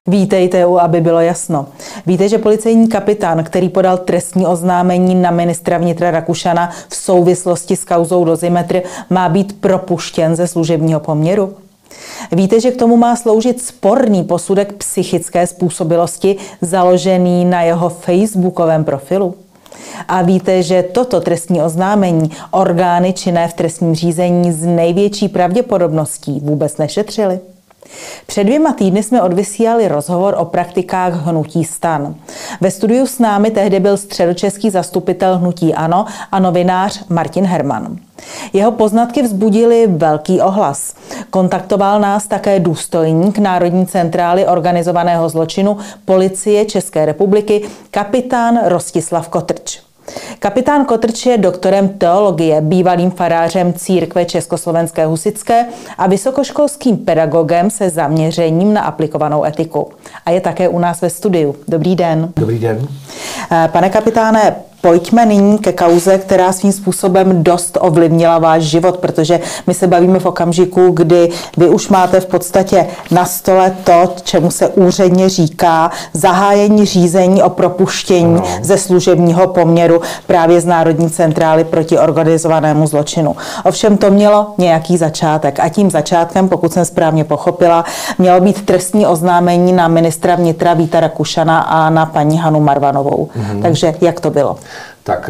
Vítejte Aby bylo jasno. Víte, že policejní kapitán, který podal trestní oznámení na ministra vnitra Rakušana v souvislosti s kauzou Dozimetr, má být propuštěn ze služebního poměru? Víte, že k tomu má sloužit sporný posudek psychické způsobilosti založený na jeho facebookovém profilu? A víte, že toto trestní oznámení orgány činné v trestním řízení s největší pravděpodobností vůbec nešetřily? Před 2 týdny jsme odvysílali rozhovor o praktikách hnutí STAN. Ve studiu s námi tehdy byl středočeský zastupitel hnutí ANO a novinář Martin Herman. Jeho poznatky vzbudily velký ohlas. Kontaktoval nás také důstojník Národní centrály organizovaného zločinu Policie České republiky, kapitán Rostislav Kotrč. Kapitán Kotrč je doktorem teologie, bývalým farářem církve Československé husitské a vysokoškolským pedagogem se zaměřením na aplikovanou etiku. A je také u nás ve studiu. Dobrý den. Dobrý den. Pane kapitáne, pojďme nyní ke kauze, která svým způsobem dost ovlivnila váš život, protože my se bavíme v okamžiku, kdy vy už máte v podstatě na stole to, čemu se úředně říká zahájení řízení o propuštění ze služebního poměru právě z Národní centrály proti organizovanému zločinu. Ovšem to mělo nějaký začátek a tím začátkem, pokud jsem správně pochopila, mělo být trestní oznámení na ministra vnitra Víta Rakušana a na paní Hanu Marvanovou. Takže jak to bylo? Tak,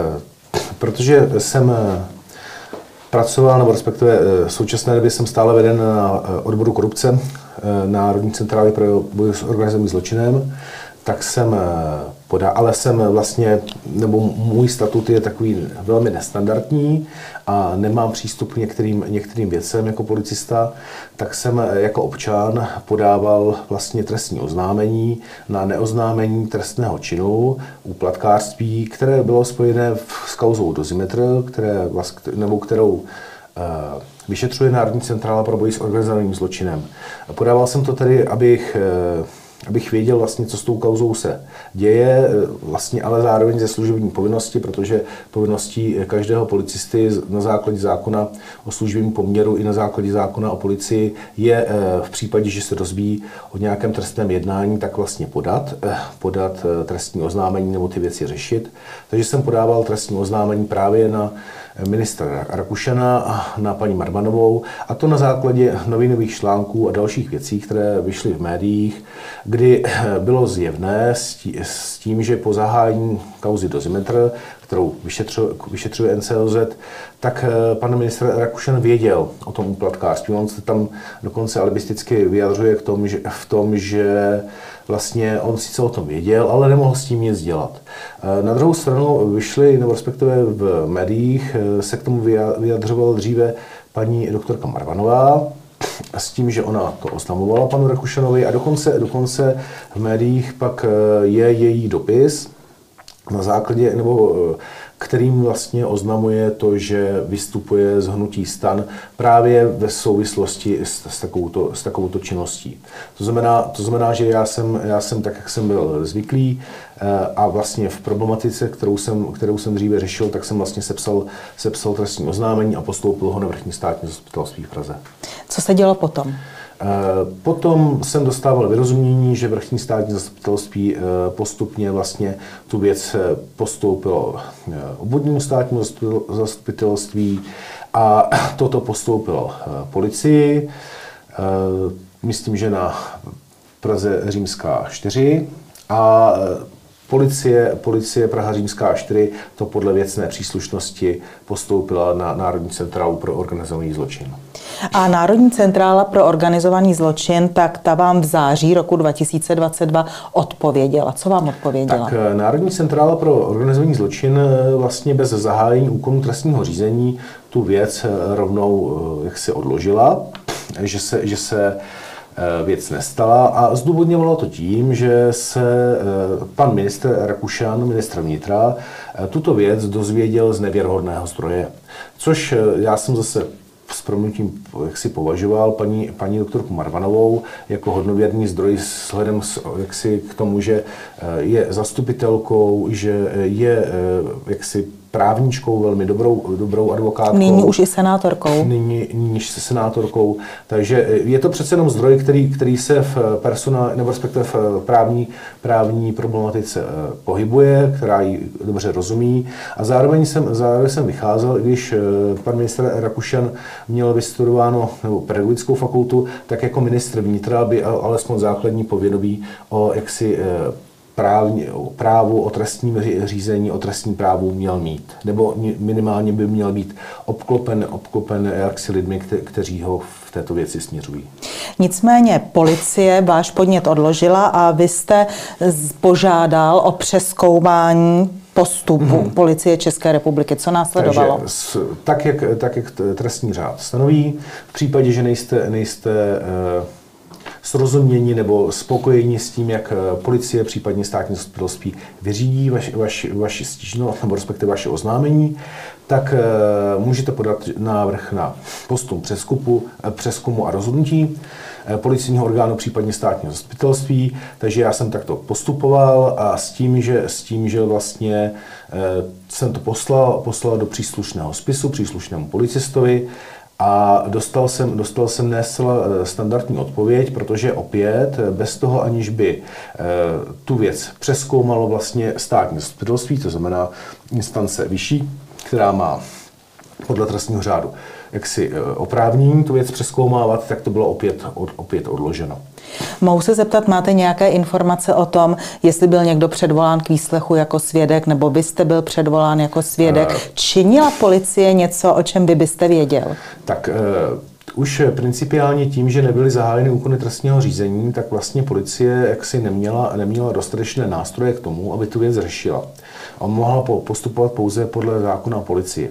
protože jsem pracoval, nebo respektive v současné době jsem stále veden na odboru korupce Národní centrály pro boj s organizovaným zločinem, tak jsem ale jsem vlastně, nebo můj statut je takový velmi nestandardní a nemám přístup k některým věcem jako policista, tak jsem jako občan podával vlastně trestní oznámení na neoznámení trestného činu úplatkářství, které bylo spojené s kauzou Dozimetr, kterou vyšetřuje Národní centrála pro boj s organizovaným zločinem. Podával jsem to tedy, abych věděl vlastně, co s tou kauzou se děje, vlastně ale zároveň ze služební povinnosti, protože povinností každého policisty na základě zákona o služebním poměru i na základě zákona o policii je v případě, že se dozví o nějakém trestném jednání, tak vlastně podat trestní oznámení nebo ty věci řešit. Takže jsem podával trestní oznámení právě na ministra Rakušana a na paní Marvanovou, a to na základě novinových článků a dalších věcí, které vyšly v médiích, kdy bylo zjevné s tím, že po zahájení kauzy Dozimetr, kterou vyšetřuje NCOZ, tak pan ministr Rakušan věděl o tom úplatkářství. On se tam dokonce alibisticky vyjadřuje v tom, že vlastně on sice o tom věděl, ale nemohl s tím nic dělat. Na druhou stranu vyšly, nebo respektive v médiích se k tomu vyjadřovala dříve paní doktorka Marvanová, s tím, že ona to oznamovala panu Rakušanovi, a dokonce v médiích pak je její dopis, na základě, nebo kterým vlastně oznamuje to, že vystupuje z hnutí STAN právě ve souvislosti s takovouto činností. To znamená, že já jsem tak, jak jsem byl zvyklý, a vlastně v problematice, kterou jsem dříve řešil, tak jsem vlastně sepsal trestní oznámení a postoupil ho na vrchní státní zastupitelství v Praze. Co se dělo potom? Potom jsem dostával vyrozumění, že vrchní státní zastupitelství postupně vlastně tu věc postoupilo obvodnímu státnímu zastupitelství a toto postoupilo policii, myslím, že na Praze Římská 4, a Policie Praha Římská 4 to podle věcné příslušnosti postoupila na Národní centrálu pro organizovaný zločin. A Národní centrála pro organizovaný zločin, tak ta vám v září roku 2022 odpověděla. Co vám odpověděla? Tak Národní centrála pro organizovaný zločin vlastně bez zahájení úkonu trestního řízení tu věc rovnou jaksi odložila, že se věc nestala, a zdůvodňovalo to tím, že se pan ministr Rakušan, ministr vnitra, tuto věc dozvěděl z nevěrohodného zdroje. Což já jsem zase s prominutím jaksi považoval paní doktorku Marvanovou jako hodnověrný zdroj vzhledem k tomu, že je zastupitelkou, že je jaksi právničkou, velmi dobrou advokátkou. Nyní už i senátorkou. Nyní senátorkou. Takže je to přece jenom zdroj, který se v nebo respektive v právní problematice pohybuje, která ji dobře rozumí. A zároveň jsem vycházel, když pan ministr Rakušan měl vystudováno nebo pedagogickou fakultu, tak jako ministr vnitra by alespoň základní povědomí o právu, o trestním řízení, o trestním právu měl mít. Nebo minimálně by měl být obklopen jaksi lidmi, kteří ho v této věci směřují. Nicméně policie váš podnět odložila a vy jste požádal o přezkoumání postupu Policie České republiky. Co následovalo? Takže, tak jak trestní řád stanoví, v případě, že nejste srozumění nebo spokojení s tím, jak policie, případně státní zastupitelství vyřídí vaši stížnost nebo respektive vaše oznámení, tak můžete podat návrh na postup přezkumu a rozhodnutí policijního orgánu, případně státního zastupitelství. Takže já jsem takto postupoval a s tím, že vlastně jsem to poslal do příslušného spisu, příslušnému policistovi, a dostal jsem ne zcela standardní odpověď, protože opět bez toho, aniž by tu věc přezkoumalo vlastně státní zastupitelství, to znamená instance vyšší, která má podle trestního řádu jaksi oprávnění tu věc přezkoumávat, tak to bylo opět odloženo. Mohu se zeptat, máte nějaké informace o tom, jestli byl někdo předvolán k výslechu jako svědek, nebo vy jste byl předvolán jako svědek? Činila policie něco, o čem vy byste věděl? Tak už principiálně tím, že nebyly zahájeny úkony trestního řízení, tak vlastně policie jaksi neměla dostatečné nástroje k tomu, aby tu věc řešila. A mohla postupovat pouze podle zákona o policii.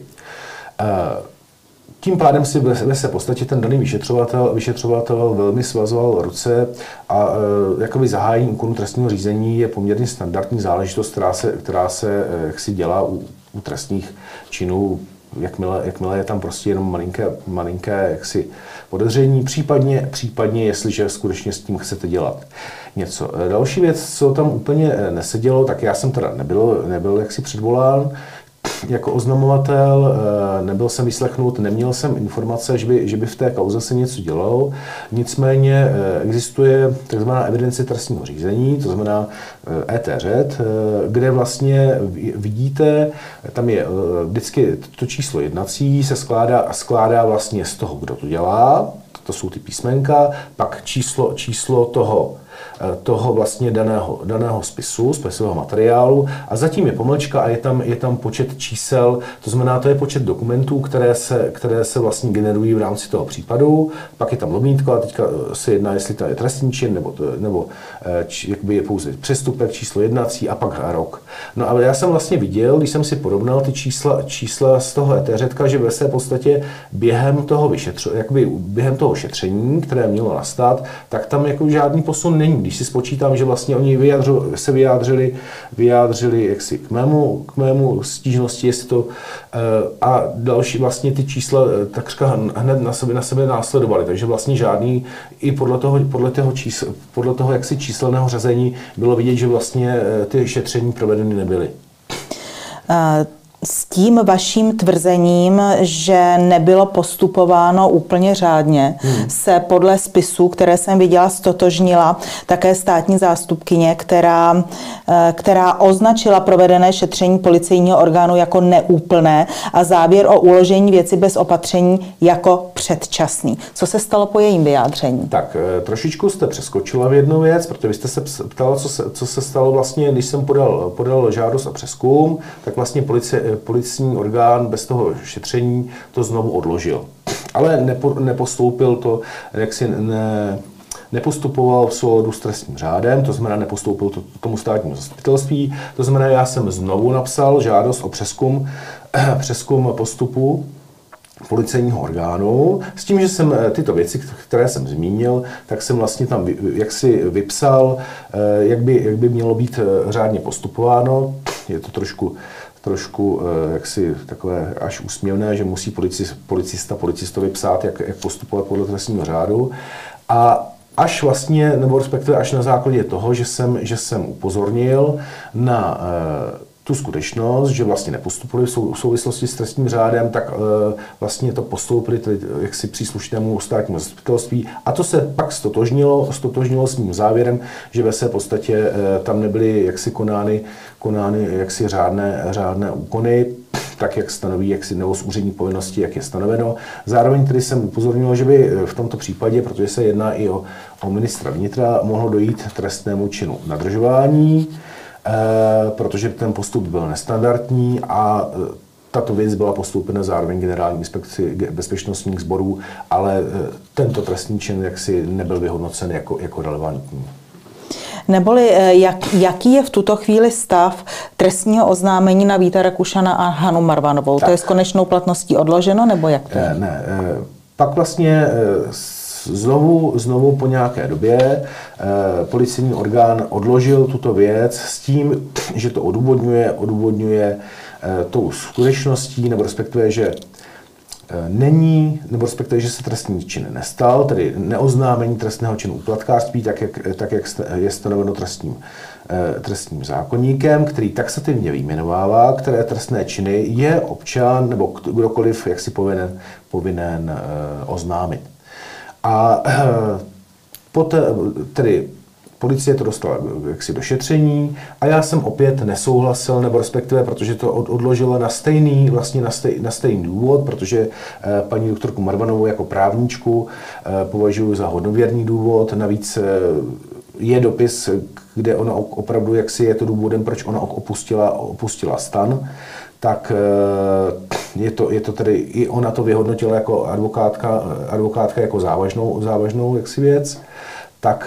Tím pádem si v podstatě ten daný vyšetřovatel velmi svazoval ruce a jakoby zahájení úkonu trestního řízení je poměrně standardní záležitost, která se jaksi dělá u trestních činů, jakmile je tam prostě jenom malinké jaksi podezření, případně jestliže skutečně s tím chcete dělat něco. Další věc, co tam úplně nesedělo, tak já jsem teda nebyl jaksi předvolán jako oznamovatel, nebyl jsem vyslechnut, neměl jsem informace, že by v té kauze se něco dělalo. Nicméně existuje takzvaná evidence trestního řízení, to znamená ETŘ, kde vlastně vidíte, tam je vždycky to číslo jednací, se skládá vlastně z toho, kdo to dělá, to jsou ty písmenka, pak číslo toho vlastně daného spisového materiálu a zatím je pomlčka a je tam počet čísel, to znamená, to je počet dokumentů, které se vlastně generují v rámci toho případu, pak je tam lomítko a teďka se jedná, jestli to je trestní čin nebo jakby je pouze přestupek, číslo jednací a pak rok. No ale já jsem vlastně viděl, když jsem si porovnal ty čísla z toho ETŘ, že ve své podstatě během toho šetření, které mělo nastat, tak tam jako žádný posun není. Když si spočítám, že vlastně oni se vyjádřili jaksi k mému stížnosti, jestli to a další vlastně ty čísla takřka hned na sebe následovaly, takže vlastně žádný i podle toho jaksi číselného řazení bylo vidět, že vlastně ty šetření provedeny nebyly. S tím vaším tvrzením, že nebylo postupováno úplně řádně, se podle spisů, které jsem viděla, stotožnila také státní zástupkyně, která označila provedené šetření policejního orgánu jako neúplné a závěr o uložení věci bez opatření jako předčasný. Co se stalo po jejím vyjádření? Tak trošičku jste přeskočila v jednu věc, protože vy jste se ptala, co se stalo vlastně, když jsem podal žádost o přezkum, tak vlastně policijní orgán bez toho šetření to znovu odložil. Ale nepostoupil to, nepostupoval v souladu s trestním řádem, to znamená nepostoupil to tomu státnímu zastupitelství, to znamená, já jsem znovu napsal žádost o přezkum postupu policejního orgánu, s tím, že jsem tyto věci, které jsem zmínil, tak jsem vlastně tam jaksi vypsal, jak by mělo být řádně postupováno. Je to trošku jaksi takové až úsměvné, že musí policistovi psát, jak postupovat podle trestního řádu. A až vlastně, nebo respektive až na základě toho, že jsem upozornil na tu skutečnost, že vlastně nepostupovali v souvislosti s trestním řádem, tak vlastně to postoupili jaksi příslušnému státnímu zastupitelství a to se pak stotožnilo s mým závěrem, že ve své podstatě tam nebyly jaksi konány jaksi řádné úkony, tak, jak stanoví, nebo z úřední povinnosti, jak je stanoveno. Zároveň tedy jsem upozornil, že by v tomto případě, protože se jedná i o ministra vnitra, mohlo dojít k trestnému činu nadržování, protože ten postup byl nestandardní a tato věc byla postoupena zároveň Generální inspekci bezpečnostních sborů, ale tento trestný čin jaksi nebyl vyhodnocen jako relevantní. Neboli jaký je v tuto chvíli stav trestního oznámení na Víta Rakušana a Hanu Marvanovou? Tak. To je s konečnou platností odloženo, nebo jak to je? Ne, pak vlastně znovu po nějaké době policejní orgán odložil tuto věc s tím, že to odůvodňuje tou skutečností, nebo respektive, že že se trestný čin nestal, tedy neoznámení trestného činu úplatkářství, tak jak je stanoveno trestním zákoníkem, který taxativně vyjmenovává, které trestné činy je občan nebo kdokoliv jaksi povinen oznámit. A poté, tedy policie to dostala jaksi do šetření a já jsem opět nesouhlasil, nebo respektive, protože to odložila na stejný důvod, protože paní doktorku Marvanovou jako právničku považuji za hodnověrný důvod. Navíc je dopis, kde ona opravdu jaksi je to důvodem, proč ona opustila stan. Tak je to tedy, i ona to vyhodnotila jako advokátka jako závažnou jaksi věc, tak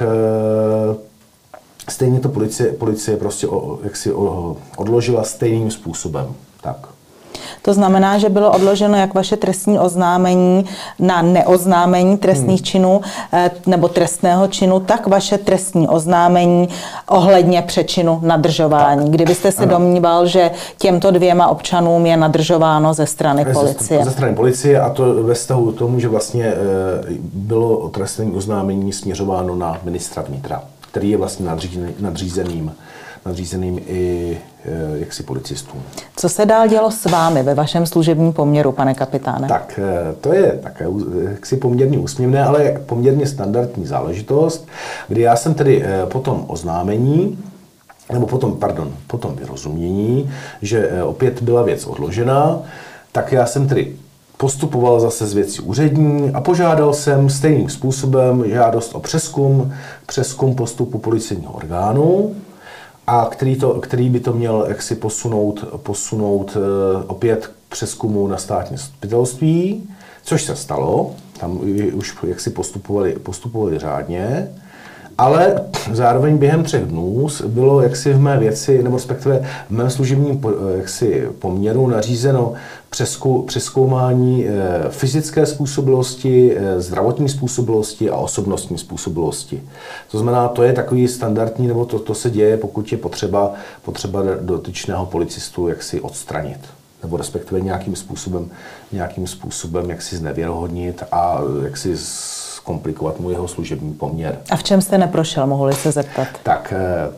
stejně to policie prostě odložila stejným způsobem. Tak. To znamená, že bylo odloženo jak vaše trestní oznámení na neoznámení trestných činů nebo trestného činu, tak vaše trestní oznámení ohledně přečinu nadržování. Kdybyste se domníval, že těmto dvěma občanům je nadržováno ze strany policie. Ze strany policie a to ve vztahu k tomu, že vlastně bylo trestní oznámení směřováno na ministra vnitra, který je vlastně nadřízeným i jaksi policistům. Co se dál dělo s vámi ve vašem služebním poměru, pane kapitáne? Tak, to je také jaksi poměrně úsměvné, ale poměrně standardní záležitost, kdy já jsem tedy po tom oznámení, nebo po tom vyrozumění, že opět byla věc odložena, tak já jsem tedy postupoval zase z věcí úřední a požádal jsem stejným způsobem žádost o přezkum postupu policejního orgánu, a který by to měl jaksi posunout opět k přezkumu na státní zastupitelství, což se stalo, tam už jaksi postupovali řádně, ale zároveň během 3 dnů bylo jaksi v mé věci, nebo respektive v mém služebním jaksi poměru nařízeno přezkoumání fyzické způsobilosti, zdravotní způsobilosti a osobnostní způsobilosti. To znamená, to je takový standardní, nebo to se děje, pokud je potřeba dotyčného policistu jaksi odstranit, nebo respektive nějakým způsobem jaksi znevěrohodnit a jaksi komplikovat mu jeho služební poměr. A v čem jste neprošel, mohu-li se zeptat? Tak,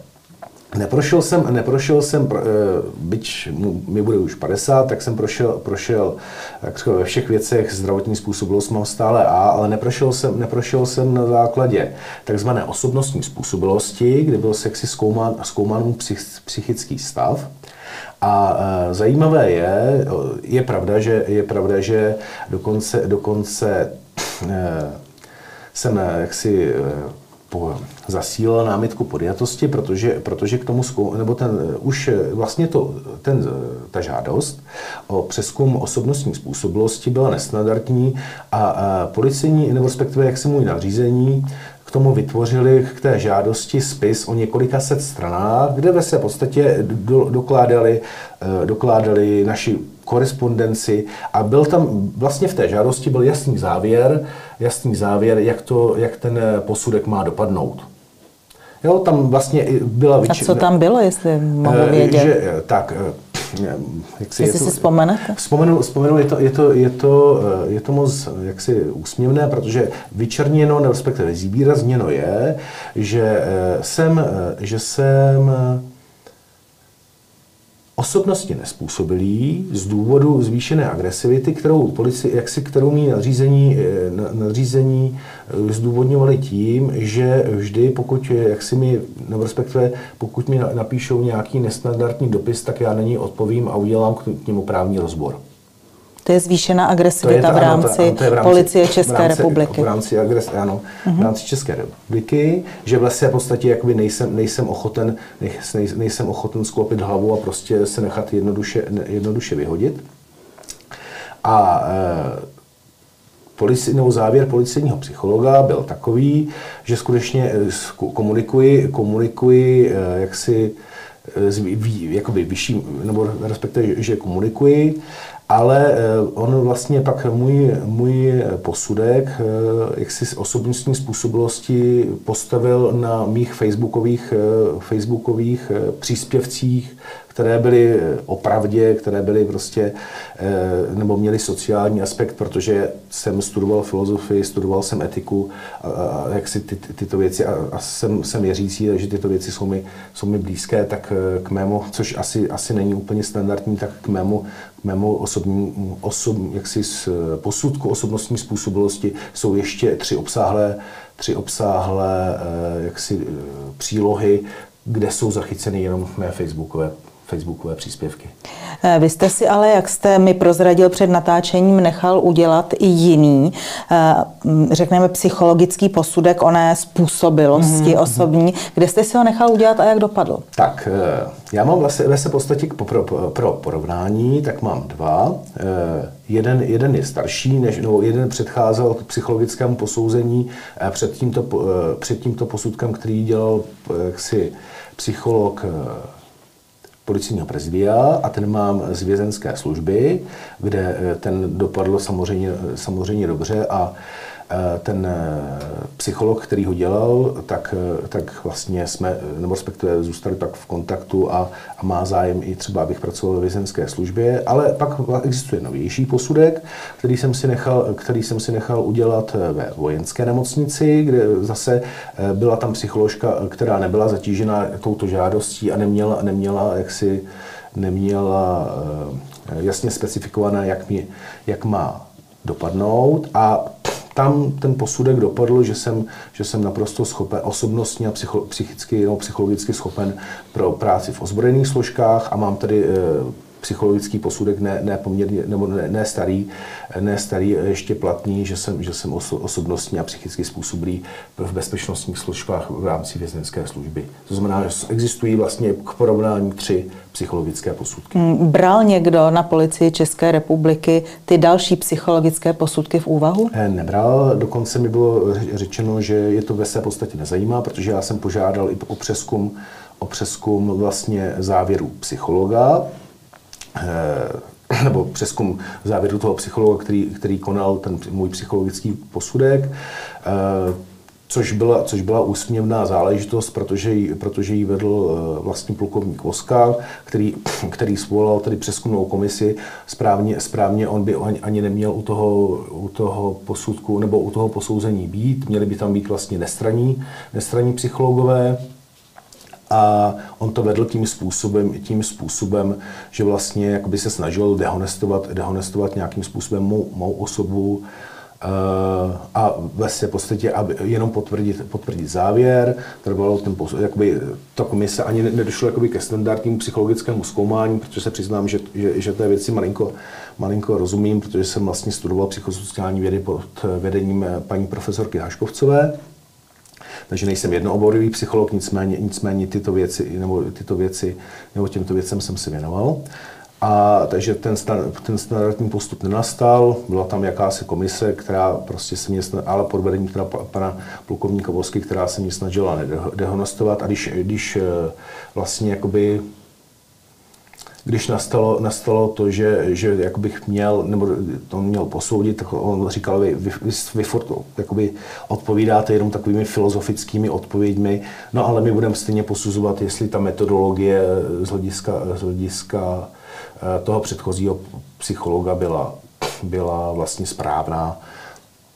neprošel jsem, byť mi bude už 50, tak jsem prošel ve všech věcech zdravotní způsobilost mám stále A, ale neprošel jsem na základě takzvané osobnostní způsobilosti, kde byl jaksi zkoumán psychický stav. A zajímavé je pravda, že dokonce jsem jaksi zasílal námitku podjatosti, protože k tomu ta žádost o přezkum osobnostní způsobilosti byla nestandardní a policejní, nebo respektive jaksi můj nadřízení k tomu vytvořili k té žádosti spis o několika set stranách, kde ve své podstatě dokládali naši korespondenci a byl tam vlastně v té žádosti byl jasný závěr, jak ten posudek má dopadnout. Jo, tam vlastně byla A co tam bylo, jestli mohu vědět? Jestli si vzpomenete? Vzpomenu, je to moc jaksi úsměvné, protože vyčerněno, nebo respektive zvýrazněno je, že jsem osobnosti nezpůsobilí z důvodu zvýšené agresivity, kterou mý nadřízení zdůvodňovali tím, že vždy, pokud mi napíšou nějaký nestandardní dopis, tak já na něj odpovím a udělám k němu právní rozbor. To je zvýšená agresivita v rámci policie České republiky. V rámci České republiky, že vlastně v podstatě jakoby nejsem ochoten sklopit hlavu a prostě se nechat jednoduše vyhodit. A závěr policejního psychologa byl takový, že skutečně komunikuji jakoby vyšší, nebo respektive, že komunikuji, ale on vlastně pak můj posudek jaksi z osobnostní způsobilosti postavil na mých facebookových příspěvcích, které byly o pravdě, které byly prostě, nebo měly sociální aspekt, protože jsem studoval filozofii, studoval jsem etiku a jak si tyto věci a jsem věřící, že tyto věci jsou mi blízké, tak k mému, což asi není úplně standardní, tak k mému jaksi z posudku osobnostní způsobilosti jsou ještě tři obsáhlé jaksi přílohy, kde jsou zachyceny jenom mé facebookové příspěvky. Vy jste si ale, jak jste mi prozradil před natáčením, nechal udělat i jiný, řekneme psychologický posudek oné způsobilosti osobní. Kde jste si ho nechal udělat a jak dopadl? Tak, já mám vlastně v podstatě pro porovnání, tak mám dva. Jeden je starší, jeden předcházel psychologickému posouzení před tímto posudkem, který dělal jaksi psycholog Policejního prezidia a ten mám z vězenské služby, kde ten dopadl samozřejmě dobře a ten psycholog, který ho dělal, tak vlastně jsme, nebo respektive zůstali pak v kontaktu a má zájem i třeba, abych pracoval ve vězenské službě, ale pak existuje novější posudek, který jsem si nechal udělat ve vojenské nemocnici, kde zase byla tam psycholožka, která nebyla zatížena touto žádostí a neměla jasně specifikované, jak má dopadnout a tam ten posudek dopadl, že jsem naprosto schopen, osobnostně a psychologicky schopen pro práci v ozbrojených složkách a mám tady psychologický posudek ne starý, ještě platný, že jsem osobnostně a psychicky způsobilý v bezpečnostních složkách v rámci vězenské služby. To znamená, že existují vlastně k porovnání 3 psychologické posudky. Bral někdo na Policii České republiky ty další psychologické posudky v úvahu? Nebral, dokonce mi bylo řečeno, že je to ve své podstatě nezajímá, protože já jsem požádal i o přezkum vlastně závěru psychologa, nebo přezkum závěru toho psychologa, který konal ten můj psychologický posudek, což byla úsměvná záležitost, protože ji vedl vlastní plukovník Voska, který svolal tedy přezkumnou komisi. Správně on by ani neměl u toho posudku nebo u toho posouzení být, měli by tam být vlastně nestranní psychologové. A on to vedl tím způsobem, že vlastně jakoby se snažil dehonestovat nějakým způsobem mou osobu a vlastně v podstatě jenom potvrdit závěr. Trvalo ta komise ani nedošlo ke standardnímu psychologickému zkoumání, protože se přiznám, že té věci malinko rozumím, protože jsem vlastně studoval psychosociální vědy pod vedením paní profesorky Haškovcové. Takže nejsem jednooborový psycholog, nicméně těmto věcem jsem se věnoval. A takže ten standardní postup nenastal, byla tam jakási komise, která prostě se mě ale pod vedením pana plukovníka Vosky, která se mě snažila dehonestovat a když vlastně jakoby když nastalo to, že jak bych měl, nebo to měl posoudit, tak on říkal, vy furt jakoby odpovídáte jenom takovými filozofickými odpověďmi, no ale my budeme stejně posuzovat, jestli ta metodologie z hlediska toho předchozího psychologa byla vlastně správná.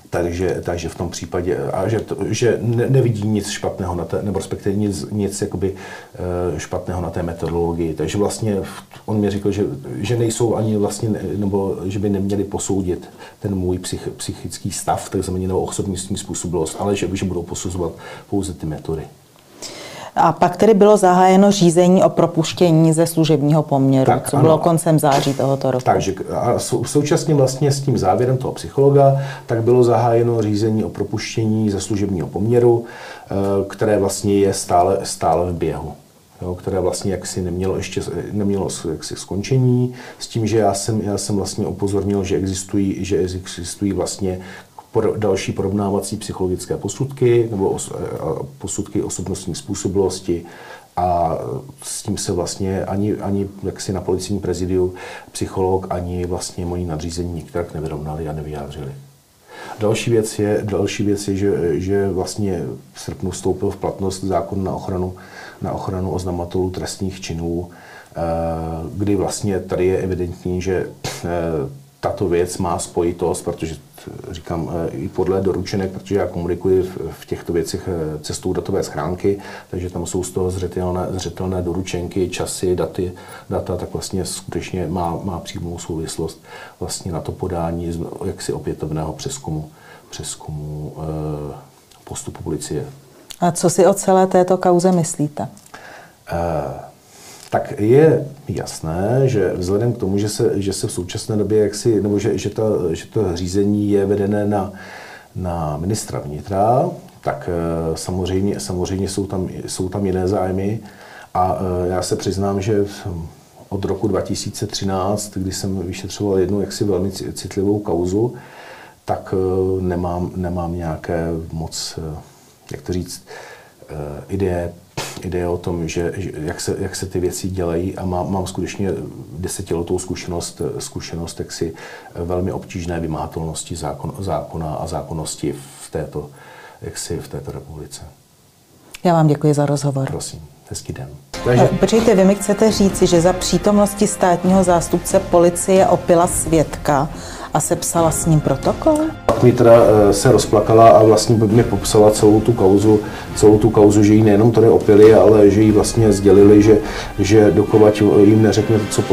Takže v tom případě, a že nevidí nic špatného na té, nebo respektive nic jakoby špatného na té metodologii. Takže vlastně on mi řekl, že nejsou ani vlastně, nebo že by neměli posoudit ten můj psychický stav, takzvaný nebo osobnostní způsobilost, ale že budou posuzovat pouze ty metody. A pak tedy bylo zahájeno řízení o propuštění ze služebního poměru, co bylo koncem září tohoto roku. Takže a současně vlastně s tím závěrem toho psychologa, tak bylo zahájeno řízení o propuštění ze služebního poměru, které vlastně je stále v běhu. Jo, které vlastně jaksi nemělo jaksi skončení, s tím, že já jsem vlastně upozornil, že existují vlastně další porovnávací psychologické posudky nebo posudky osobnostní způsobilosti a s tím se vlastně ani jaksi na policejní prezidiu psycholog, ani vlastně moji nadřízení nikterak nevyrovnali a nevyjádřili. Další věc je, že vlastně v srpnu vstoupil v platnost zákon na ochranu oznamovatelů trestných činů, kdy vlastně tady je evidentní, že tato věc má spojitost, protože říkám i podle doručenek, protože já komunikuji v těchto věcech cestou datové schránky, takže tam jsou z toho zřetelné doručenky, časy, data, tak vlastně skutečně má přímou souvislost vlastně na to podání jaksi opětovného přezkumu postupu policie. A co si o celé této kauze myslíte? Tak je jasné, že vzhledem k tomu, že se v současné době že to řízení je vedené na ministra vnitra, tak samozřejmě jsou tam jiné zájmy a já se přiznám, že od roku 2013, kdy jsem vyšetřoval jednu jaksi velmi citlivou kauzu, tak nemám nějaké moc, jak to říct, ideje o tom, jak se ty věci dělají a mám skutečně 10letou zkušenost jaksi velmi obtížné vymahatelnosti zákona a zákonnosti v této republice. Já vám děkuji za rozhovor. Prosím, hezký den. Počkejte, vy mi chcete říci, že za přítomnosti státního zástupce policie opila svědka a sepsala s ním protokol? Pak mi teda se rozplakala a vlastně mi popsala celou tu kauzu, že jí nejenom tady opili, ale že jí vlastně sdělili, že dokud jim neřekne to, co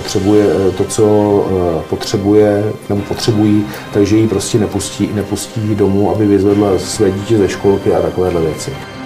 potřebuje nebo potřebují, takže ji prostě nepustí domů, aby vyzvedla své dítě ze školky a takovéhle věci.